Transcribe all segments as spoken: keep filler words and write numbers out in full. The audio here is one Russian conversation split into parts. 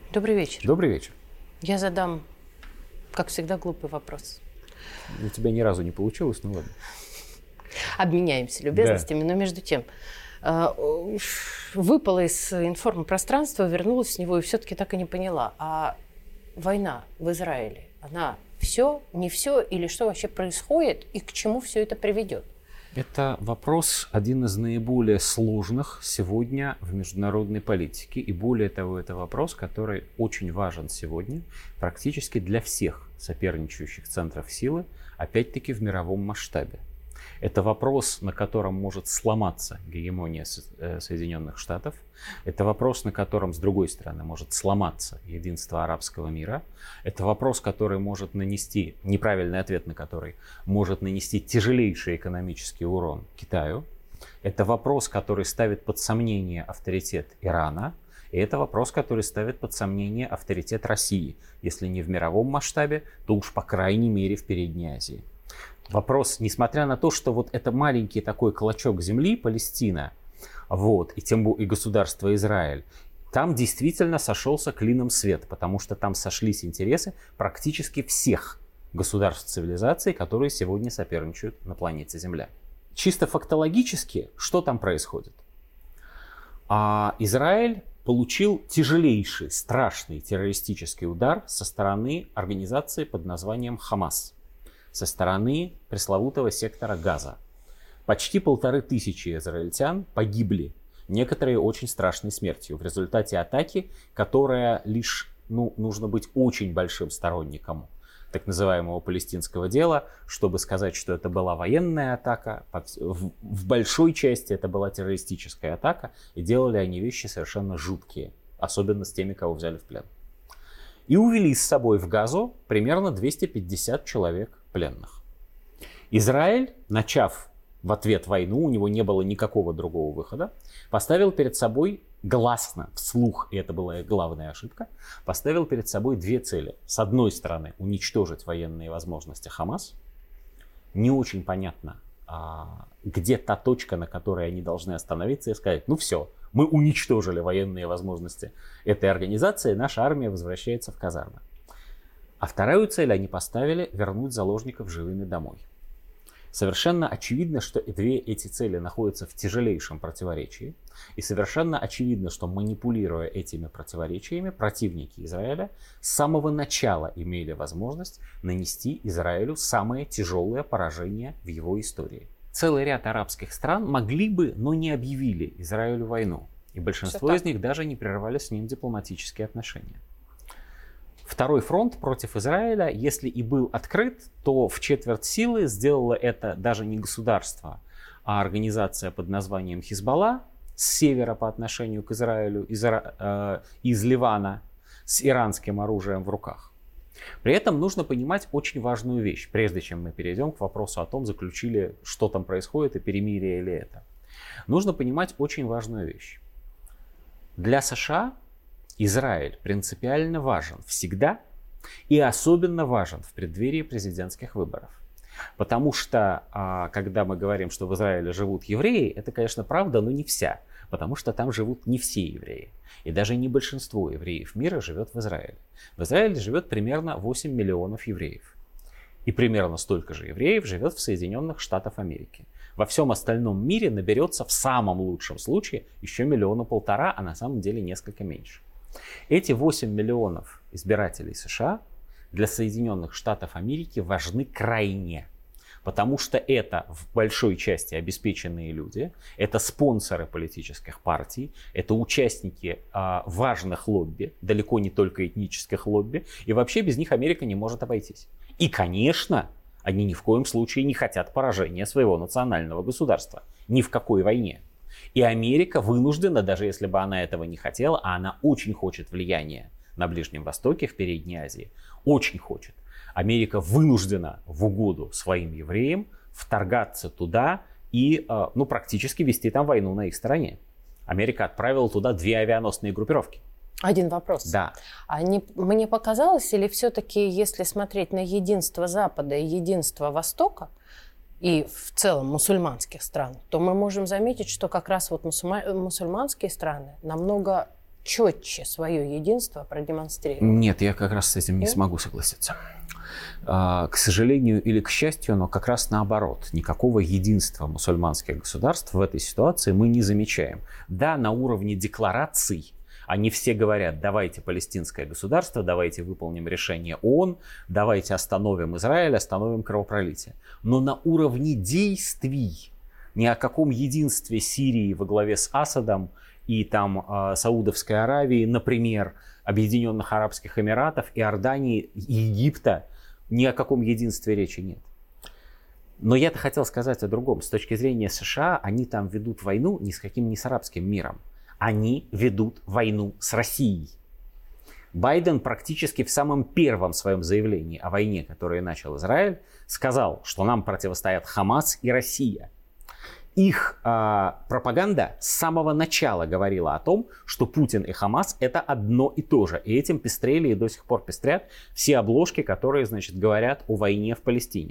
Добрый вечер. Добрый вечер. Я задам, как всегда, глупый вопрос. У тебя ни разу не получилось, ну ладно. Обменяемся любезностями, да. Но между тем, выпала из информпространства, вернулась с него и все-таки так и не поняла. А война в Израиле, она все, не все, или что вообще происходит и к чему все это приведет? Это вопрос один из наиболее сложных сегодня в международной политике. И более того, это вопрос, который очень важен сегодня практически для всех соперничающих центров силы, опять-таки в мировом масштабе. Это вопрос, на котором может сломаться гегемония Соединенных Штатов. Это вопрос, на котором, с другой стороны, может сломаться единство арабского мира. Это вопрос, который может нанести, неправильный ответ на который может нанести тяжелейший экономический урон Китаю. Это вопрос, который ставит под сомнение авторитет Ирана. И это вопрос, который ставит под сомнение авторитет России. Если не в мировом масштабе, то уж по крайней мере в Передней Азии. Вопрос, несмотря на то, что вот это маленький такой клочок земли, Палестина, вот, и тем более и государство Израиль, там действительно сошелся клином свет, потому что там сошлись интересы практически всех государств цивилизации, которые сегодня соперничают на планете Земля. Чисто фактологически, что там происходит? А Израиль получил тяжелейший, страшный террористический удар со стороны организации под названием Хамас. Со стороны пресловутого сектора Газа. Почти полторы тысячи израильтян погибли, некоторые очень страшной смертью в результате атаки, которая лишь, ну, нужно быть очень большим сторонником так называемого палестинского дела, чтобы сказать, что это была военная атака. В, в большой части это была террористическая атака, и делали они вещи совершенно жуткие, особенно с теми, кого взяли в плен. И увели с собой в Газу примерно двести пятьдесят человек пленных. Израиль, начав в ответ войну, у него не было никакого другого выхода, поставил перед собой гласно, вслух, и это была главная ошибка, поставил перед собой две цели. С одной стороны, уничтожить военные возможности Хамас. Не очень понятно, где та точка, на которой они должны остановиться и сказать, ну все, мы уничтожили военные возможности этой организации, наша армия возвращается в казармы. А вторую цель они поставили — вернуть заложников живыми домой. Совершенно очевидно, что две эти цели находятся в тяжелейшем противоречии. И совершенно очевидно, что, манипулируя этими противоречиями, противники Израиля с самого начала имели возможность нанести Израилю самое тяжелое поражение в его истории. Целый ряд арабских стран могли бы, но не объявили Израилю войну. И большинство из них даже не прерывали с ним дипломатические отношения. Второй фронт против Израиля, если и был открыт, то в четверть силы сделало это даже не государство, а организация под названием Хизбалла с севера по отношению к Израилю, из, э, из Ливана, с иранским оружием в руках. При этом нужно понимать очень важную вещь, прежде чем мы перейдем к вопросу о том, заключили, что там происходит и перемирие ли это. Нужно понимать очень важную вещь. Для США Израиль принципиально важен всегда и особенно важен в преддверии президентских выборов. Потому что, когда мы говорим, что в Израиле живут евреи, это, конечно, правда, но не вся. Потому что там живут не все евреи. И даже не большинство евреев мира живет в Израиле. В Израиле живет примерно восемь миллионов евреев. И примерно столько же евреев живет в Соединенных Штатах Америки. Во всем остальном мире наберется в самом лучшем случае еще миллиона полтора, а на самом деле несколько меньше. Эти восемь миллионов избирателей США для Соединенных Штатов Америки важны крайне. Потому что это в большой части обеспеченные люди, это спонсоры политических партий, это участники э, важных лобби, далеко не только этнических лобби, и вообще без них Америка не может обойтись. И, конечно, они ни в коем случае не хотят поражения своего национального государства. Ни в какой войне. И Америка вынуждена, даже если бы она этого не хотела, а она очень хочет влияния на Ближнем Востоке, в Передней Азии, очень хочет. Америка вынуждена в угоду своим евреям вторгаться туда и ну, практически вести там войну на их стороне. Америка отправила туда две авианосные группировки. Один вопрос. Да. А не, мне показалось, или все-таки, если смотреть на единство Запада и единство Востока, и в целом мусульманских стран, то мы можем заметить, что как раз вот мусульма- мусульманские страны намного четче свое единство продемонстрировать? Нет, я как раз с этим не Нет? смогу согласиться. К сожалению или к счастью, но как раз наоборот. Никакого единства мусульманских государств в этой ситуации мы не замечаем. Да, на уровне деклараций они все говорят: давайте палестинское государство, давайте выполним решение ООН, давайте остановим Израиль, остановим кровопролитие. Но на уровне действий ни о каком единстве Сирии во главе с Асадом и там э, Саудовской Аравии, например, Объединенных Арабских Эмиратов, Иордании, Египта, ни о каком единстве речи нет. Но я-то хотел сказать о другом. С точки зрения США, они там ведут войну ни с каким, ни с арабским миром. Они ведут войну с Россией. Байден практически в самом первом своем заявлении о войне, которое начал Израиль, сказал, что нам противостоят Хамас и Россия. Их э, пропаганда с самого начала говорила о том, что Путин и Хамас это одно и то же. И этим пестрели и до сих пор пестрят все обложки, которые, значит, говорят о войне в Палестине.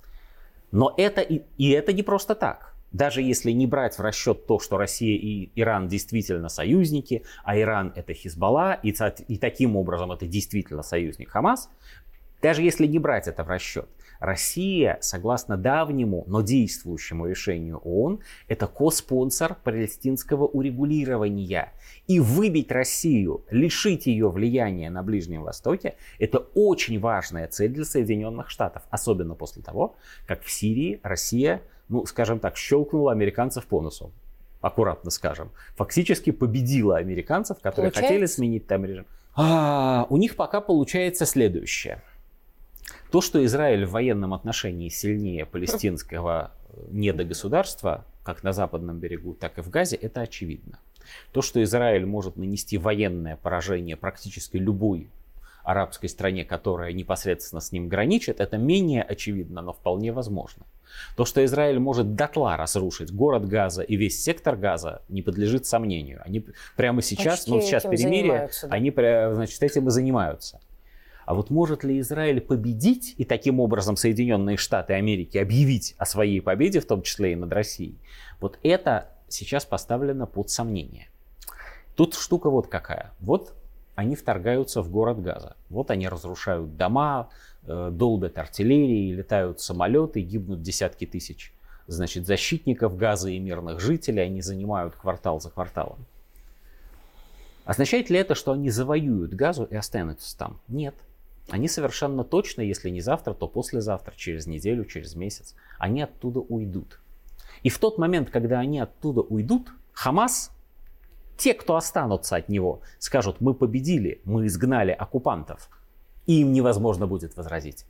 Но это и, и это не просто так. Даже если не брать в расчет то, что Россия и Иран действительно союзники, а Иран это Хизбалла, и, и таким образом это действительно союзник Хамас, даже если не брать это в расчет, Россия, согласно давнему, но действующему решению ООН, это коспонсор палестинского урегулирования. И выбить Россию, лишить ее влияния на Ближнем Востоке, это очень важная цель для Соединенных Штатов. Особенно после того, как в Сирии Россия, ну, скажем так, щелкнула американцев по носу. Аккуратно скажем. Фактически победила американцев, которые Получается? хотели сменить там режим. А, у них пока получается следующее. То, что Израиль в военном отношении сильнее палестинского недогосударства, как на Западном берегу, так и в Газе, это очевидно. То, что Израиль может нанести военное поражение практически любой арабской стране, которая непосредственно с ним граничит, это менее очевидно, но вполне возможно. То, что Израиль может дотла разрушить город Газа и весь сектор Газа, не подлежит сомнению. Они прямо сейчас, Почти ну сейчас перемирие, да? они, значит, этим и занимаются. А вот может ли Израиль победить и таким образом Соединенные Штаты Америки объявить о своей победе, в том числе и над Россией? Вот это сейчас поставлено под сомнение. Тут штука вот какая. Вот они вторгаются в город Газа. Вот они разрушают дома, долбят артиллерией, летают самолеты, гибнут десятки тысяч, значит, защитников Газа и мирных жителей. Они занимают квартал за кварталом. Означает ли это, что они завоюют Газу и останутся там? Нет. Они совершенно точно, если не завтра, то послезавтра, через неделю, через месяц, они оттуда уйдут. И в тот момент, когда они оттуда уйдут, Хамас, те, кто останутся от него, скажут: мы победили, мы изгнали оккупантов, и им невозможно будет возразить.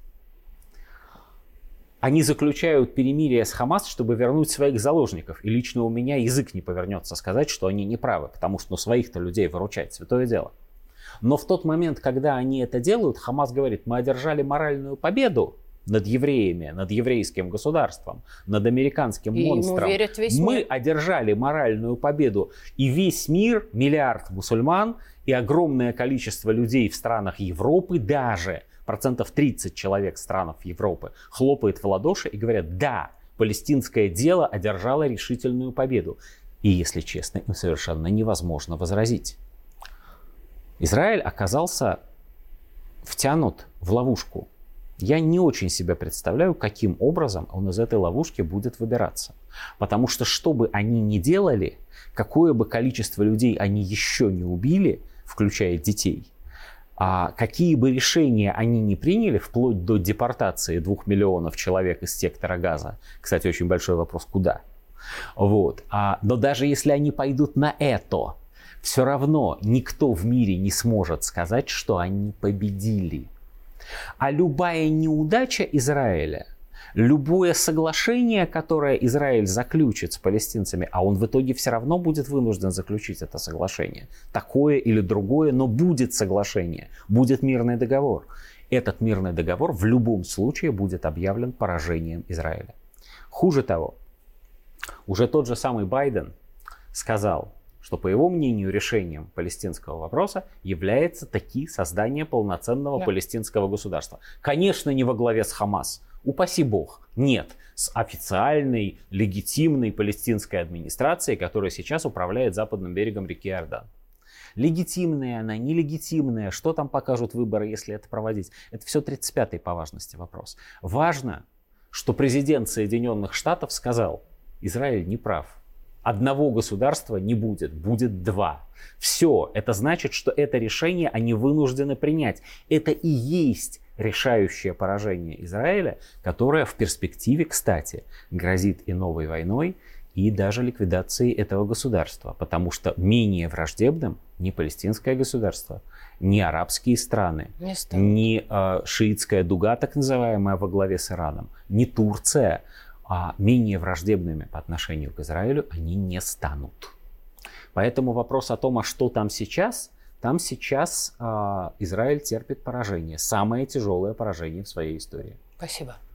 Они заключают перемирие с Хамас, чтобы вернуть своих заложников. И лично у меня язык не повернется сказать, что они не правы, потому что ну, своих-то людей выручать — святое дело. Но в тот момент, когда они это делают, Хамас говорит: мы одержали моральную победу над евреями, над еврейским государством, над американским и монстром. Мы одержали моральную победу. И весь мир, миллиард мусульман и огромное количество людей в странах Европы, даже процентов тридцать человек странах Европы, хлопает в ладоши и говорят: да, палестинское дело одержало решительную победу. И, если честно, им совершенно невозможно возразить. Израиль оказался втянут в ловушку. Я не очень себе представляю, каким образом он из этой ловушки будет выбираться. Потому что, что бы они ни делали, какое бы количество людей они еще не убили, включая детей, а какие бы решения они ни приняли, вплоть до депортации двух миллионов человек из сектора Газа, кстати, очень большой вопрос, куда, вот. а, но даже если они пойдут на это, все равно никто в мире не сможет сказать, что они победили. А любая неудача Израиля, любое соглашение, которое Израиль заключит с палестинцами, а он в итоге все равно будет вынужден заключить это соглашение, такое или другое, но будет соглашение, будет мирный договор. Этот мирный договор в любом случае будет объявлен поражением Израиля. Хуже того, уже тот же самый Байден сказал, что, по его мнению, решением палестинского вопроса является таки создание полноценного да. палестинского государства. Конечно, не во главе с Хамас, упаси бог, нет, с официальной, легитимной палестинской администрацией, которая сейчас управляет западным берегом реки Иордан. Легитимная она, нелегитимная, что там покажут выборы, если это проводить. Это все тридцать пятый по важности вопрос. Важно, что президент Соединенных Штатов сказал, Израиль не прав. Одного государства не будет, будет два. Все, это значит, что это решение они вынуждены принять. Это и есть решающее поражение Израиля, которое в перспективе, кстати, грозит и новой войной, и даже ликвидацией этого государства. Потому что менее враждебным ни палестинское государство, ни арабские страны, ни э, шиитская дуга, так называемая, во главе с Ираном, ни Турция, а менее враждебными по отношению к Израилю они не станут. Поэтому вопрос о том, а что там сейчас, там сейчас э, Израиль терпит поражение, самое тяжелое поражение в своей истории. Спасибо.